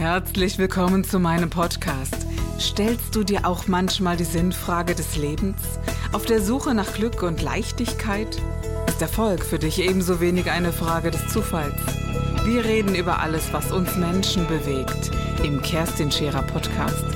Herzlich willkommen zu meinem Podcast. Stellst du dir auch manchmal die Sinnfrage des Lebens? Auf der Suche nach Glück und Leichtigkeit? Ist Erfolg für dich ebenso wenig eine Frage des Zufalls? Wir reden über alles, was uns Menschen bewegt, im Kerstin Scherer Podcast.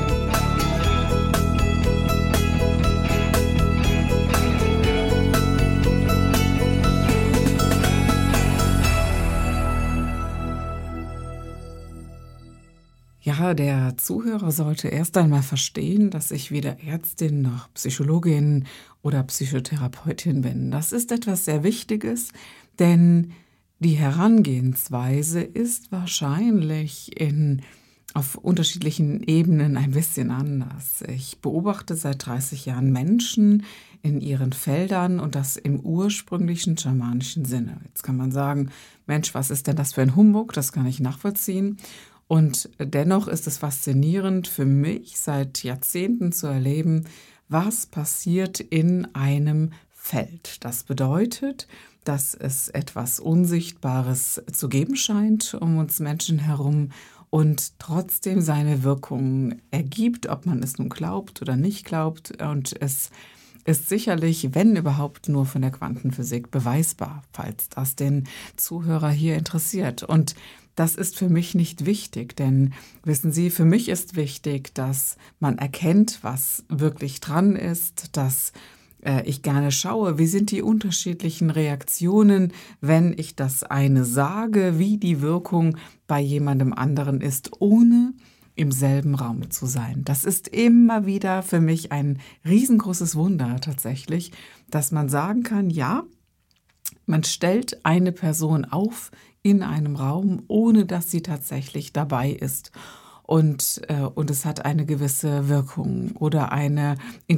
Ja, der Zuhörer sollte erst einmal verstehen, dass ich weder Ärztin noch Psychologin oder Psychotherapeutin bin. Das ist etwas sehr Wichtiges, denn die Herangehensweise ist wahrscheinlich auf unterschiedlichen Ebenen ein bisschen anders. Ich beobachte seit 30 Jahren Menschen in ihren Feldern und das im ursprünglichen schamanischen Sinne. Jetzt kann man sagen, Mensch, was ist denn das für ein Humbug? Das kann ich nachvollziehen. Und dennoch ist es faszinierend für mich, seit Jahrzehnten zu erleben, was passiert in einem Feld. Das bedeutet, dass es etwas Unsichtbares zu geben scheint um uns Menschen herum und trotzdem seine Wirkung ergibt, ob man es nun glaubt oder nicht glaubt. Und es ist sicherlich, wenn überhaupt, nur von der Quantenphysik beweisbar, falls das den Zuhörer hier interessiert. Und das ist für mich nicht wichtig, denn wissen Sie, für mich ist wichtig, dass man erkennt, was wirklich dran ist, dass ich gerne schaue, wie sind die unterschiedlichen Reaktionen, wenn ich das eine sage, wie die Wirkung bei jemandem anderen ist, ohne im selben Raum zu sein. Das ist immer wieder für mich ein riesengroßes Wunder tatsächlich, dass man sagen kann, ja, man stellt eine Person auf in einem Raum, ohne dass sie tatsächlich dabei ist. Und es hat eine gewisse Wirkung oder eine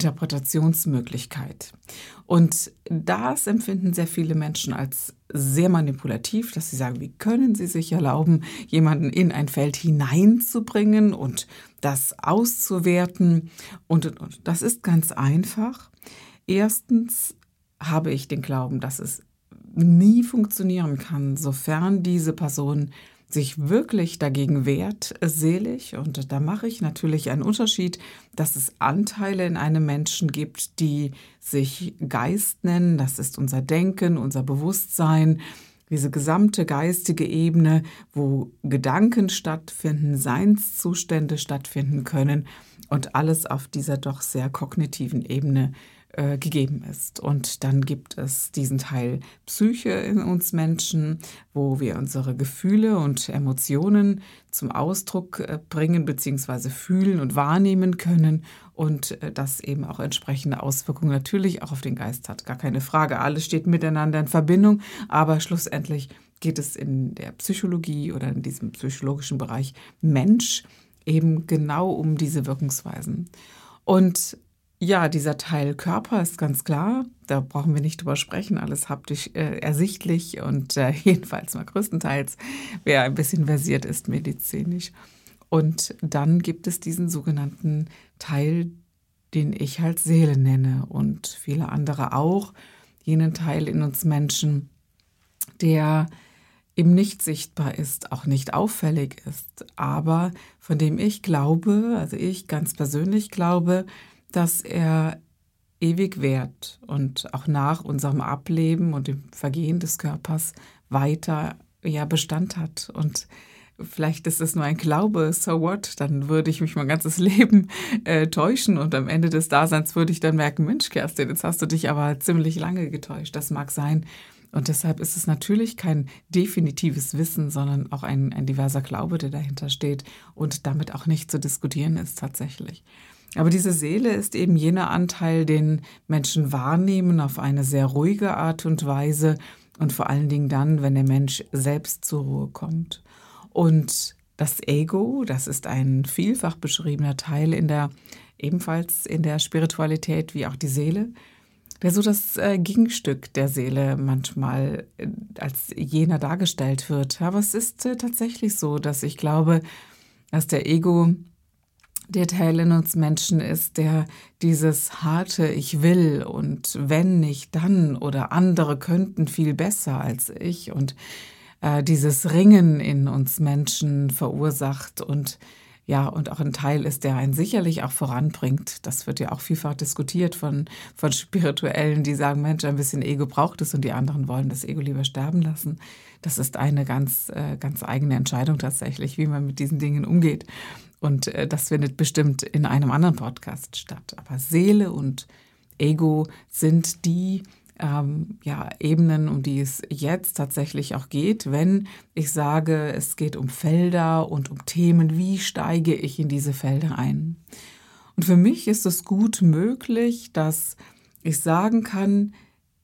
Interpretationsmöglichkeit. Und das empfinden sehr viele Menschen als sehr manipulativ, dass sie sagen, wie können sie sich erlauben, jemanden in ein Feld hineinzubringen und das auszuwerten. Und. Das ist ganz einfach. Erstens habe ich den Glauben, dass es nie funktionieren kann, sofern diese Person sich wirklich dagegen wehrt, seelisch. Und da mache ich natürlich einen Unterschied, dass es Anteile in einem Menschen gibt, die sich Geist nennen. Das ist unser Denken, unser Bewusstsein, diese gesamte geistige Ebene, wo Gedanken stattfinden, Seinszustände stattfinden können und alles auf dieser doch sehr kognitiven Ebene gegeben ist. Und dann gibt es diesen Teil Psyche in uns Menschen, wo wir unsere Gefühle und Emotionen zum Ausdruck bringen bzw. fühlen und wahrnehmen können und das eben auch entsprechende Auswirkungen natürlich auch auf den Geist hat. Gar keine Frage, alles steht miteinander in Verbindung, aber schlussendlich geht es in der Psychologie oder in diesem psychologischen Bereich Mensch eben genau um diese Wirkungsweisen. Und ja, dieser Teil Körper ist ganz klar, da brauchen wir nicht drüber sprechen, alles haptisch ersichtlich und jedenfalls mal größtenteils, wer ein bisschen versiert ist medizinisch. Und dann gibt es diesen sogenannten Teil, den ich halt Seele nenne und viele andere auch, jenen Teil in uns Menschen, der eben nicht sichtbar ist, auch nicht auffällig ist, aber von dem ich glaube, also ich ganz persönlich glaube, dass er ewig währt und auch nach unserem Ableben und dem Vergehen des Körpers weiter Bestand hat. Und vielleicht ist es nur ein Glaube, so what, dann würde ich mich mein ganzes Leben täuschen und am Ende des Daseins würde ich dann merken, Mensch, Kerstin, jetzt hast du dich aber ziemlich lange getäuscht. Das mag sein. Und deshalb ist es natürlich kein definitives Wissen, sondern auch ein diverser Glaube, der dahinter steht und damit auch nicht zu diskutieren ist tatsächlich. Aber diese Seele ist eben jener Anteil, den Menschen wahrnehmen auf eine sehr ruhige Art und Weise und vor allen Dingen dann, wenn der Mensch selbst zur Ruhe kommt. Und das Ego, das ist ein vielfach beschriebener Teil ebenfalls in der Spiritualität wie auch die Seele, der so das Gegenstück der Seele manchmal als jener dargestellt wird. Aber es ist tatsächlich so, dass ich glaube, dass der Ego der Teil in uns Menschen ist, der dieses harte Ich will und wenn nicht, dann oder andere könnten viel besser als ich und dieses Ringen in uns Menschen verursacht und ja, und auch ein Teil ist, der einen sicherlich auch voranbringt. Das wird ja auch vielfach diskutiert von Spirituellen, die sagen, Mensch, ein bisschen Ego braucht es und die anderen wollen das Ego lieber sterben lassen. Das ist eine ganz eigene Entscheidung tatsächlich, wie man mit diesen Dingen umgeht. Und das findet bestimmt in einem anderen Podcast statt. Aber Seele und Ego sind die Ebenen, um die es jetzt tatsächlich auch geht, wenn ich sage, es geht um Felder und um Themen, wie steige ich in diese Felder ein? Und für mich ist es gut möglich, dass ich sagen kann,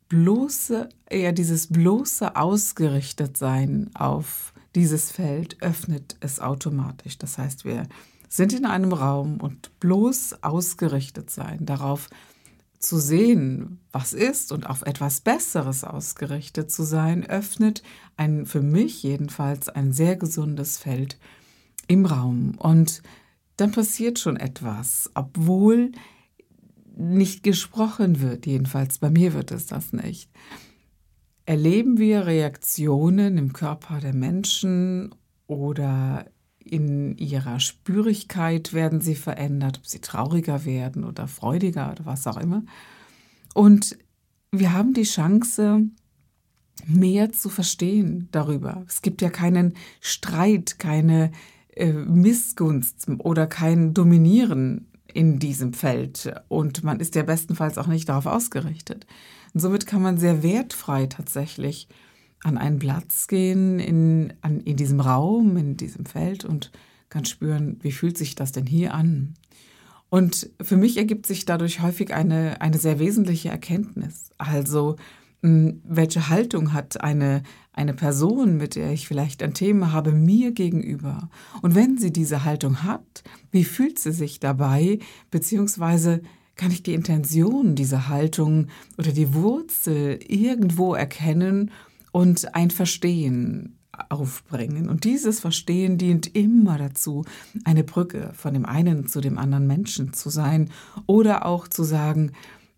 dieses bloße Ausgerichtetsein auf dieses Feld öffnet es automatisch. Das heißt, wir sind in einem Raum und bloß ausgerichtet sein darauf, zu sehen, was ist und auf etwas Besseres ausgerichtet zu sein, öffnet für mich jedenfalls ein sehr gesundes Feld im Raum. Und dann passiert schon etwas, obwohl nicht gesprochen wird, jedenfalls bei mir wird es das nicht. Erleben wir Reaktionen im Körper der Menschen oder in ihrer Spürigkeit werden sie verändert, ob sie trauriger werden oder freudiger oder was auch immer. Und wir haben die Chance, mehr zu verstehen darüber. Es gibt ja keinen Streit, keine Missgunst oder kein Dominieren in diesem Feld. Und man ist ja bestenfalls auch nicht darauf ausgerichtet. Und somit kann man sehr wertfrei tatsächlich an einen Platz gehen in diesem Raum, in diesem Feld und kann spüren, wie fühlt sich das denn hier an? Und für mich ergibt sich dadurch häufig eine sehr wesentliche Erkenntnis. Also, welche Haltung hat eine Person, mit der ich vielleicht ein Thema habe, mir gegenüber? Und wenn sie diese Haltung hat, wie fühlt sie sich dabei? Beziehungsweise kann ich die Intention dieser Haltung oder die Wurzel irgendwo erkennen und ein Verstehen aufbringen. Und dieses Verstehen dient immer dazu, eine Brücke von dem einen zu dem anderen Menschen zu sein oder auch zu sagen,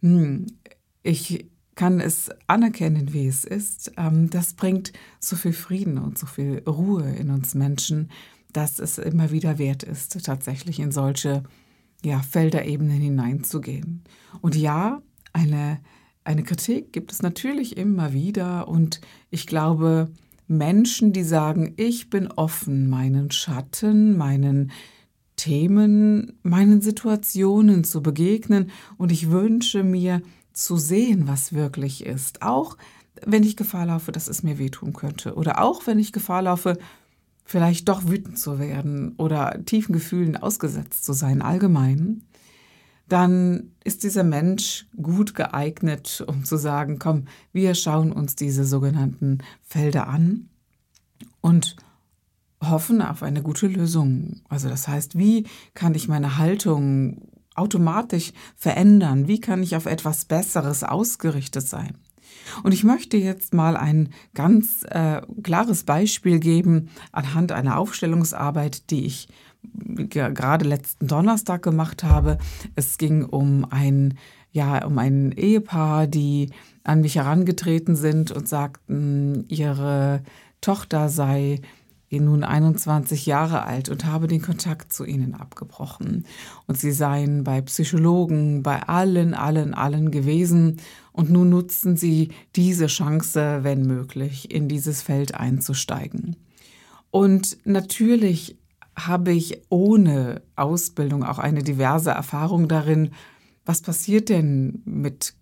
ich kann es anerkennen, wie es ist. Das bringt so viel Frieden und so viel Ruhe in uns Menschen, dass es immer wieder wert ist, tatsächlich in solche Felderebenen hineinzugehen. Und ja, eine Kritik gibt es natürlich immer wieder und ich glaube, Menschen, die sagen, ich bin offen, meinen Schatten, meinen Themen, meinen Situationen zu begegnen und ich wünsche mir zu sehen, was wirklich ist. Auch wenn ich Gefahr laufe, dass es mir wehtun könnte oder auch wenn ich Gefahr laufe, vielleicht doch wütend zu werden oder tiefen Gefühlen ausgesetzt zu sein, allgemein, dann ist dieser Mensch gut geeignet, um zu sagen, komm, wir schauen uns diese sogenannten Felder an und hoffen auf eine gute Lösung. Also das heißt, wie kann ich meine Haltung automatisch verändern? Wie kann ich auf etwas Besseres ausgerichtet sein? Und ich möchte jetzt mal ein ganz klares Beispiel geben anhand einer Aufstellungsarbeit, die ich gerade letzten Donnerstag gemacht habe. Es ging um ein Ehepaar, die an mich herangetreten sind und sagten, ihre Tochter sei nun 21 Jahre alt und habe den Kontakt zu ihnen abgebrochen. Und sie seien bei Psychologen, bei allen gewesen. Und nun nutzen sie diese Chance, wenn möglich, in dieses Feld einzusteigen. Und natürlich habe ich ohne Ausbildung auch eine diverse Erfahrung darin, was passiert denn mit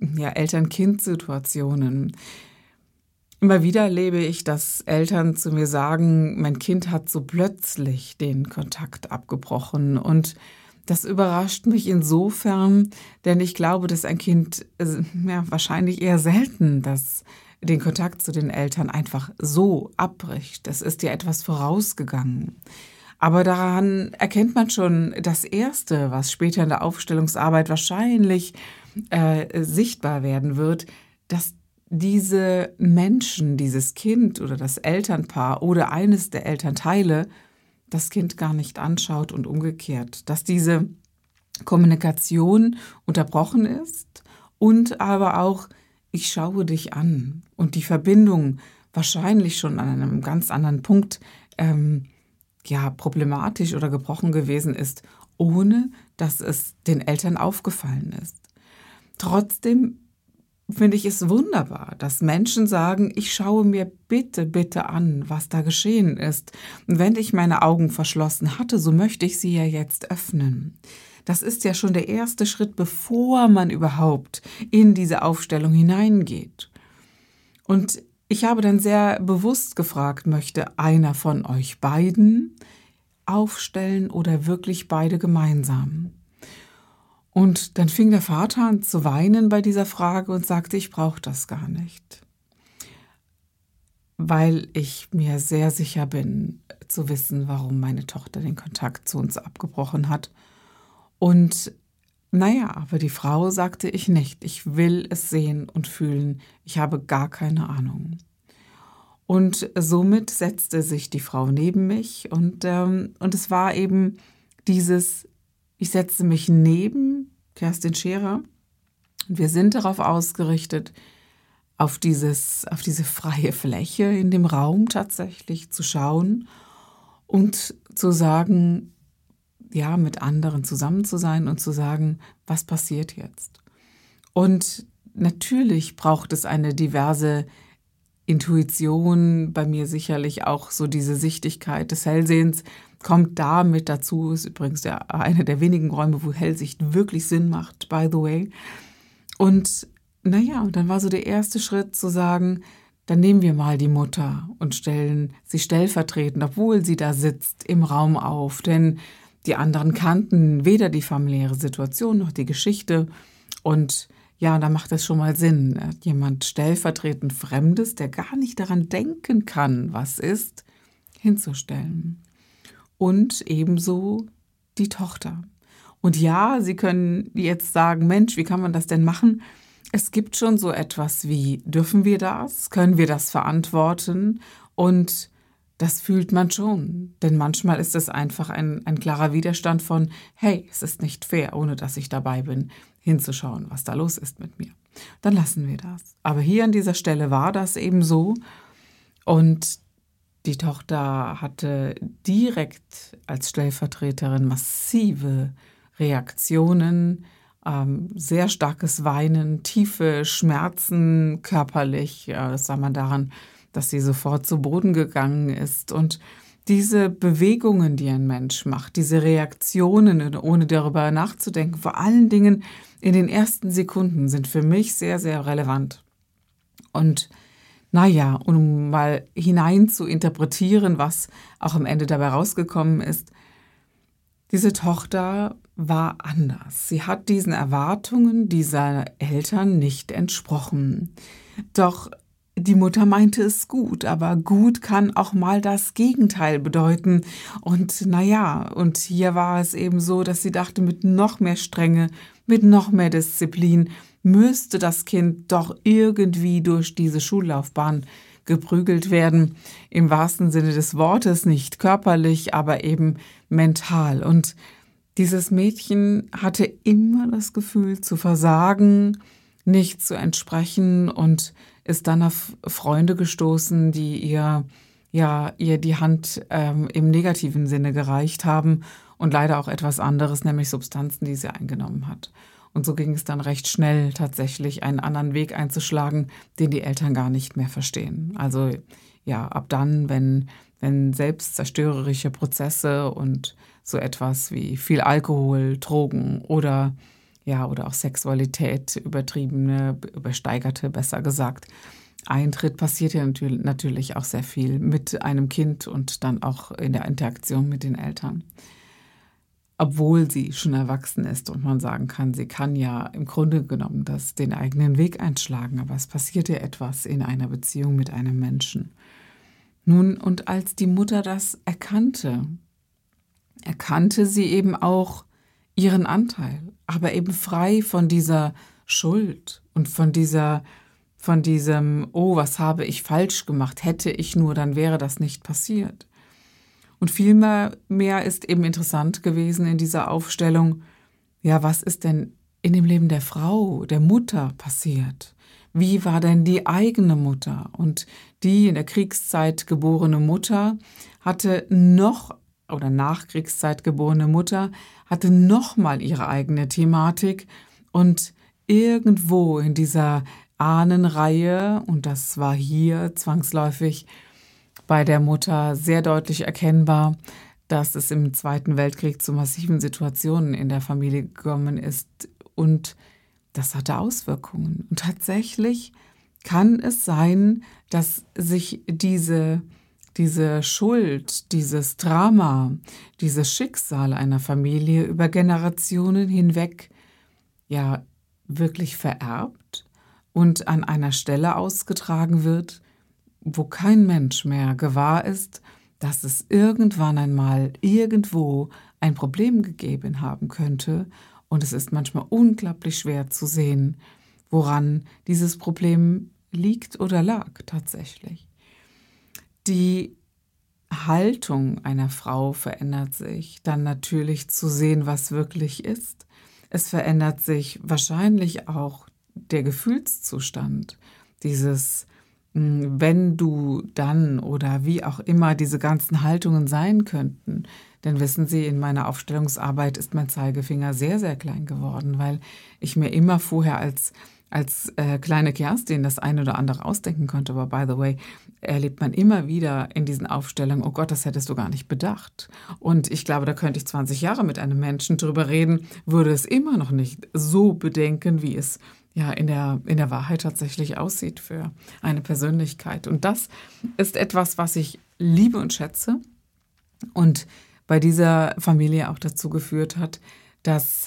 Eltern-Kind-Situationen. Immer wieder erlebe ich, dass Eltern zu mir sagen, mein Kind hat so plötzlich den Kontakt abgebrochen. Und das überrascht mich insofern, denn ich glaube, dass ein Kind wahrscheinlich eher selten den Kontakt zu den Eltern einfach so abbricht. Das ist ja etwas vorausgegangen. Aber daran erkennt man schon das Erste, was später in der Aufstellungsarbeit wahrscheinlich sichtbar werden wird, dass diese Menschen, dieses Kind oder das Elternpaar oder eines der Elternteile das Kind gar nicht anschaut und umgekehrt, dass diese Kommunikation unterbrochen ist und aber auch, ich schaue dich an und die Verbindung wahrscheinlich schon an einem ganz anderen Punkt problematisch oder gebrochen gewesen ist, ohne dass es den Eltern aufgefallen ist. Trotzdem finde ich es wunderbar, dass Menschen sagen, ich schaue mir bitte, bitte an, was da geschehen ist. Und wenn ich meine Augen verschlossen hatte, so möchte ich sie ja jetzt öffnen. Das ist ja schon der erste Schritt, bevor man überhaupt in diese Aufstellung hineingeht. Und ich habe dann sehr bewusst gefragt, möchte einer von euch beiden aufstellen oder wirklich beide gemeinsam? Und dann fing der Vater an zu weinen bei dieser Frage und sagte, ich brauche das gar nicht, weil ich mir sehr sicher bin, zu wissen, warum meine Tochter den Kontakt zu uns abgebrochen hat. Und aber die Frau sagte ich nicht. Ich will es sehen und fühlen. Ich habe gar keine Ahnung. Und somit setzte sich die Frau neben mich und es war eben dieses, ich setzte mich neben Kerstin Scherer und wir sind darauf ausgerichtet, auf diese freie Fläche in dem Raum tatsächlich zu schauen und zu sagen, ja, mit anderen zusammen zu sein und zu sagen, was passiert jetzt? Und natürlich braucht es eine diverse Intuition, bei mir sicherlich auch so diese Sichtigkeit des Hellsehens kommt da mit dazu, ist übrigens einer der wenigen Räume, wo Hellsicht wirklich Sinn macht, by the way. Und dann war so der erste Schritt zu sagen, dann nehmen wir mal die Mutter und stellen sie stellvertretend, obwohl sie da sitzt, im Raum auf, denn die anderen kannten weder die familiäre Situation noch die Geschichte und da macht es schon mal Sinn, jemand stellvertretend Fremdes, der gar nicht daran denken kann, was ist, hinzustellen. Und ebenso die Tochter. Und ja, Sie können jetzt sagen, Mensch, wie kann man das denn machen? Es gibt schon so etwas wie, dürfen wir das? Können wir das verantworten? Und das fühlt man schon. Denn manchmal ist es einfach ein klarer Widerstand von, hey, es ist nicht fair, ohne dass ich dabei bin, hinzuschauen, was da los ist mit mir. Dann lassen wir das. Aber hier an dieser Stelle war das eben so. Und die Tochter hatte direkt als Stellvertreterin massive Reaktionen, sehr starkes Weinen, tiefe Schmerzen körperlich. Das sah man daran, dass sie sofort zu Boden gegangen ist. Und diese Bewegungen, die ein Mensch macht, diese Reaktionen, ohne darüber nachzudenken, vor allen Dingen in den ersten Sekunden, sind für mich sehr, sehr relevant. Und um mal hinein zu interpretieren, was auch am Ende dabei rausgekommen ist, diese Tochter war anders. Sie hat diesen Erwartungen dieser Eltern nicht entsprochen. Doch die Mutter meinte es gut, aber gut kann auch mal das Gegenteil bedeuten. Und und hier war es eben so, dass sie dachte, mit noch mehr Strenge, mit noch mehr Disziplin müsste das Kind doch irgendwie durch diese Schullaufbahn geprügelt werden. Im wahrsten Sinne des Wortes, nicht körperlich, aber eben mental. Und dieses Mädchen hatte immer das Gefühl zu versagen, nicht zu entsprechen und ist dann auf Freunde gestoßen, die ihr die Hand im negativen Sinne gereicht haben und leider auch etwas anderes, nämlich Substanzen, die sie eingenommen hat. Und so ging es dann recht schnell tatsächlich, einen anderen Weg einzuschlagen, den die Eltern gar nicht mehr verstehen. Also ab dann, wenn selbstzerstörerische Prozesse und so etwas wie viel Alkohol, Drogen oder auch Sexualität, übersteigerte, besser gesagt, eintritt, passiert ja natürlich auch sehr viel mit einem Kind und dann auch in der Interaktion mit den Eltern. Obwohl sie schon erwachsen ist und man sagen kann, sie kann ja im Grunde genommen den eigenen Weg einschlagen, aber es passiert ja etwas in einer Beziehung mit einem Menschen. Nun, und als die Mutter das erkannte sie eben auch ihren Anteil, aber eben frei von dieser Schuld und von diesem, oh, was habe ich falsch gemacht, hätte ich nur, dann wäre das nicht passiert. Und vielmehr ist eben interessant gewesen in dieser Aufstellung, was ist denn in dem Leben der Frau, der Mutter passiert? wie war denn die eigene Mutter? Und die in der Kriegszeit geborene Mutter hatte noch, oder Nachkriegszeit geborene Mutter, hatte nochmal ihre eigene Thematik. Und irgendwo in dieser Ahnenreihe, und das war hier zwangsläufig bei der Mutter sehr deutlich erkennbar, dass es im Zweiten Weltkrieg zu massiven Situationen in der Familie gekommen ist. Und das hatte Auswirkungen. Und tatsächlich kann es sein, dass sich diese Schuld, dieses Drama, dieses Schicksal einer Familie über Generationen hinweg ja wirklich vererbt und an einer Stelle ausgetragen wird, wo kein Mensch mehr gewahr ist, dass es irgendwann einmal irgendwo ein Problem gegeben haben könnte. Und es ist manchmal unglaublich schwer zu sehen, woran dieses Problem liegt oder lag tatsächlich. Die Haltung einer Frau verändert sich, dann natürlich zu sehen, was wirklich ist. Es verändert sich wahrscheinlich auch der Gefühlszustand, dieses wenn du dann oder wie auch immer diese ganzen Haltungen sein könnten. Denn wissen Sie, in meiner Aufstellungsarbeit ist mein Zeigefinger sehr, sehr klein geworden, weil ich mir immer vorher als kleine Kerstin das eine oder andere ausdenken konnte. Aber by the way, erlebt man immer wieder in diesen Aufstellungen, oh Gott, das hättest du gar nicht bedacht. Und ich glaube, da könnte ich 20 Jahre mit einem Menschen drüber reden, würde es immer noch nicht so bedenken, wie es ja in der Wahrheit tatsächlich aussieht für eine Persönlichkeit. Und das ist etwas, was ich liebe und schätze und bei dieser Familie auch dazu geführt hat, dass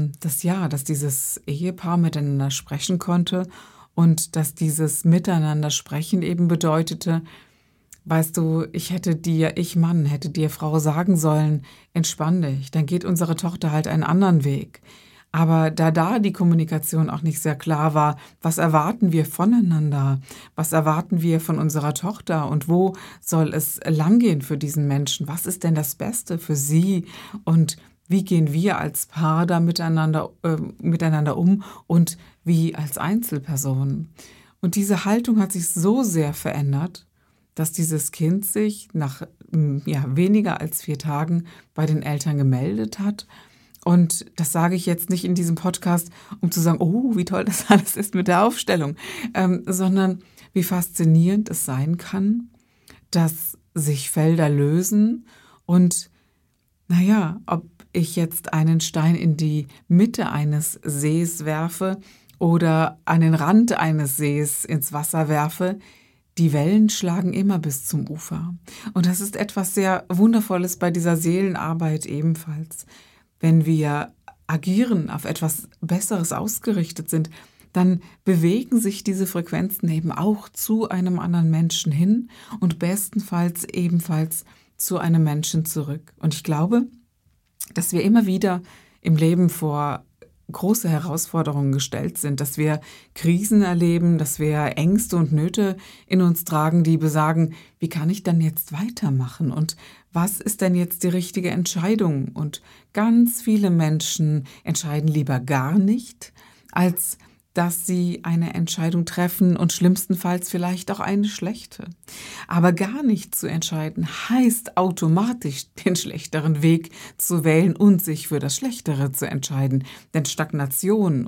dieses Ehepaar miteinander sprechen konnte und dass dieses Miteinander sprechen eben bedeutete, weißt du, ich Mann, hätte dir Frau sagen sollen, entspann dich, dann geht unsere Tochter halt einen anderen Weg. Aber da die Kommunikation auch nicht sehr klar war, was erwarten wir voneinander, was erwarten wir von unserer Tochter und wo soll es langgehen für diesen Menschen, was ist denn das Beste für sie und wie gehen wir als Paar da miteinander um und wie als Einzelpersonen. Und diese Haltung hat sich so sehr verändert, dass dieses Kind sich nach weniger als 4 Tagen bei den Eltern gemeldet hat. Und das sage ich jetzt nicht in diesem Podcast, um zu sagen, oh, wie toll das alles ist mit der Aufstellung, sondern wie faszinierend es sein kann, dass sich Felder lösen und ob ich jetzt einen Stein in die Mitte eines Sees werfe oder an den Rand eines Sees ins Wasser werfe, die Wellen schlagen immer bis zum Ufer. Und das ist etwas sehr Wundervolles bei dieser Seelenarbeit ebenfalls. Wenn wir agieren, auf etwas Besseres ausgerichtet sind, dann bewegen sich diese Frequenzen eben auch zu einem anderen Menschen hin und bestenfalls ebenfalls zu einem Menschen zurück. Und ich glaube, dass wir immer wieder im Leben vor große Herausforderungen gestellt sind, dass wir Krisen erleben, dass wir Ängste und Nöte in uns tragen, die besagen, wie kann ich dann jetzt weitermachen und was ist denn jetzt die richtige Entscheidung? Und ganz viele Menschen entscheiden lieber gar nicht, als dass sie eine Entscheidung treffen und schlimmstenfalls vielleicht auch eine schlechte. Aber gar nicht zu entscheiden, heißt automatisch den schlechteren Weg zu wählen und sich für das Schlechtere zu entscheiden. Denn Stagnation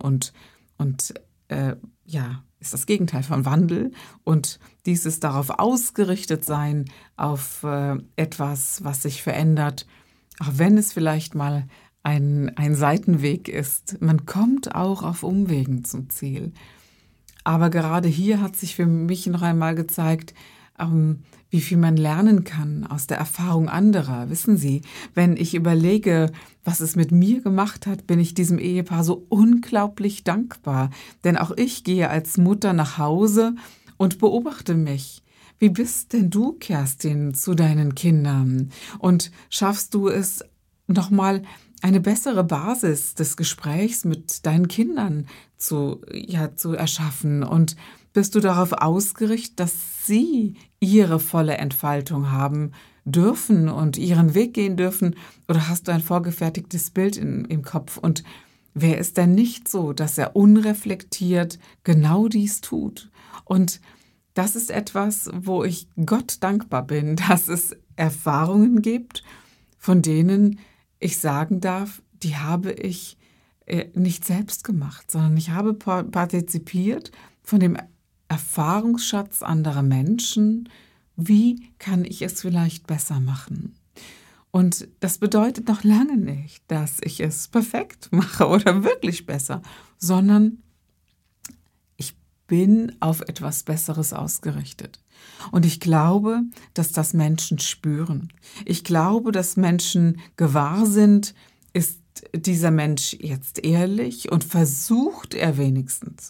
ist das Gegenteil von Wandel und dieses darauf ausgerichtet sein, auf etwas, was sich verändert, auch wenn es vielleicht mal ein Seitenweg ist. Man kommt auch auf Umwegen zum Ziel. Aber gerade hier hat sich für mich noch einmal gezeigt, wie viel man lernen kann aus der Erfahrung anderer. Wissen Sie, wenn ich überlege, was es mit mir gemacht hat, bin ich diesem Ehepaar so unglaublich dankbar. Denn auch ich gehe als Mutter nach Hause und beobachte mich. Wie bist denn du, Kerstin, zu deinen Kindern? Und schaffst du es nochmal eine bessere Basis des Gesprächs mit deinen Kindern zu erschaffen? Und bist du darauf ausgerichtet, dass sie ihre volle Entfaltung haben dürfen und ihren Weg gehen dürfen? Oder hast du ein vorgefertigtes Bild im Kopf? Und wer ist denn nicht so, dass er unreflektiert genau dies tut? Und das ist etwas, wo ich Gott dankbar bin, dass es Erfahrungen gibt, von denen ich sagen darf, die habe ich nicht selbst gemacht, sondern ich habe partizipiert von dem Erfahrungsschatz anderer Menschen. Wie kann ich es vielleicht besser machen? Und das bedeutet noch lange nicht, dass ich es perfekt mache oder wirklich besser, sondern ich bin auf etwas Besseres ausgerichtet. Und ich glaube, dass das Menschen spüren. Ich glaube, dass Menschen gewahr sind, ist dieser Mensch jetzt ehrlich und versucht er wenigstens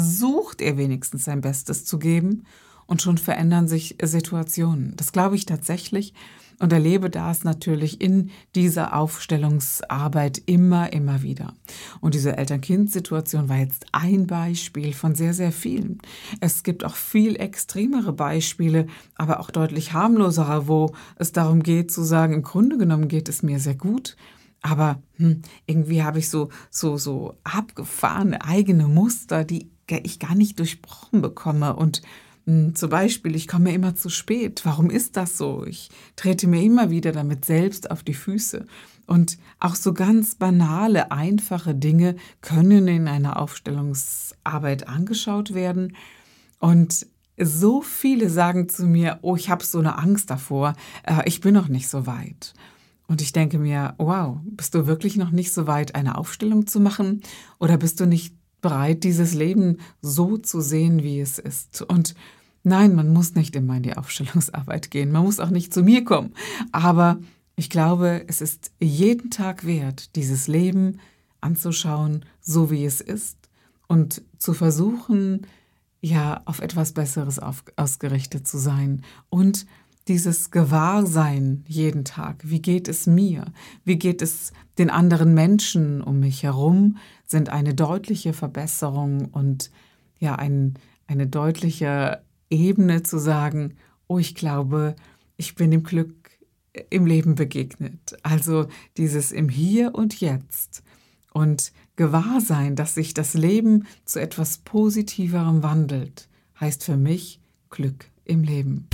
sein Bestes zu geben und schon verändern sich Situationen. Das glaube ich tatsächlich und erlebe das natürlich in dieser Aufstellungsarbeit immer wieder. Und diese Eltern-Kind-Situation war jetzt ein Beispiel von sehr, sehr vielen. Es gibt auch viel extremere Beispiele, aber auch deutlich harmlosere, wo es darum geht zu sagen, im Grunde genommen geht es mir sehr gut, aber irgendwie habe ich so abgefahrene eigene Muster, die ich gar nicht durchbrochen bekomme. Und zum Beispiel, ich komme immer zu spät. Warum ist das so? Ich trete mir immer wieder damit selbst auf die Füße. Und auch so ganz banale, einfache Dinge können in einer Aufstellungsarbeit angeschaut werden. Und so viele sagen zu mir, oh, ich habe so eine Angst davor, ich bin noch nicht so weit. Und ich denke mir, wow, bist du wirklich noch nicht so weit, eine Aufstellung zu machen? Oder bist du nicht bereit, dieses Leben so zu sehen, wie es ist? Und nein, man muss nicht immer in die Aufstellungsarbeit gehen. Man muss auch nicht zu mir kommen. Aber ich glaube, es ist jeden Tag wert, dieses Leben anzuschauen, so wie es ist. Und zu versuchen, ja, auf etwas Besseres ausgerichtet zu sein. Und dieses Gewahrsein jeden Tag, wie geht es mir, wie geht es den anderen Menschen um mich herum, sind eine deutliche Verbesserung und ja, eine deutliche Ebene zu sagen, oh, ich glaube, ich bin dem Glück im Leben begegnet. Also dieses im Hier und Jetzt und Gewahrsein, dass sich das Leben zu etwas Positiverem wandelt, heißt für mich Glück im Leben.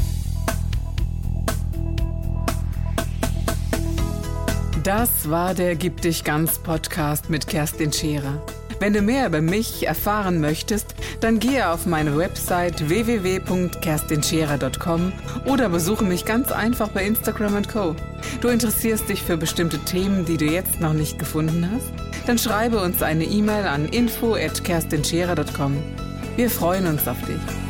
Das war der Gib dich ganz Podcast mit Kerstin Scherer. Wenn du mehr über mich erfahren möchtest, dann gehe auf meine Website www.kerstinscherer.com oder besuche mich ganz einfach bei Instagram & Co. Du interessierst dich für bestimmte Themen, die du jetzt noch nicht gefunden hast? Dann schreibe uns eine E-Mail an info@kerstinscherer.com. Wir freuen uns auf dich.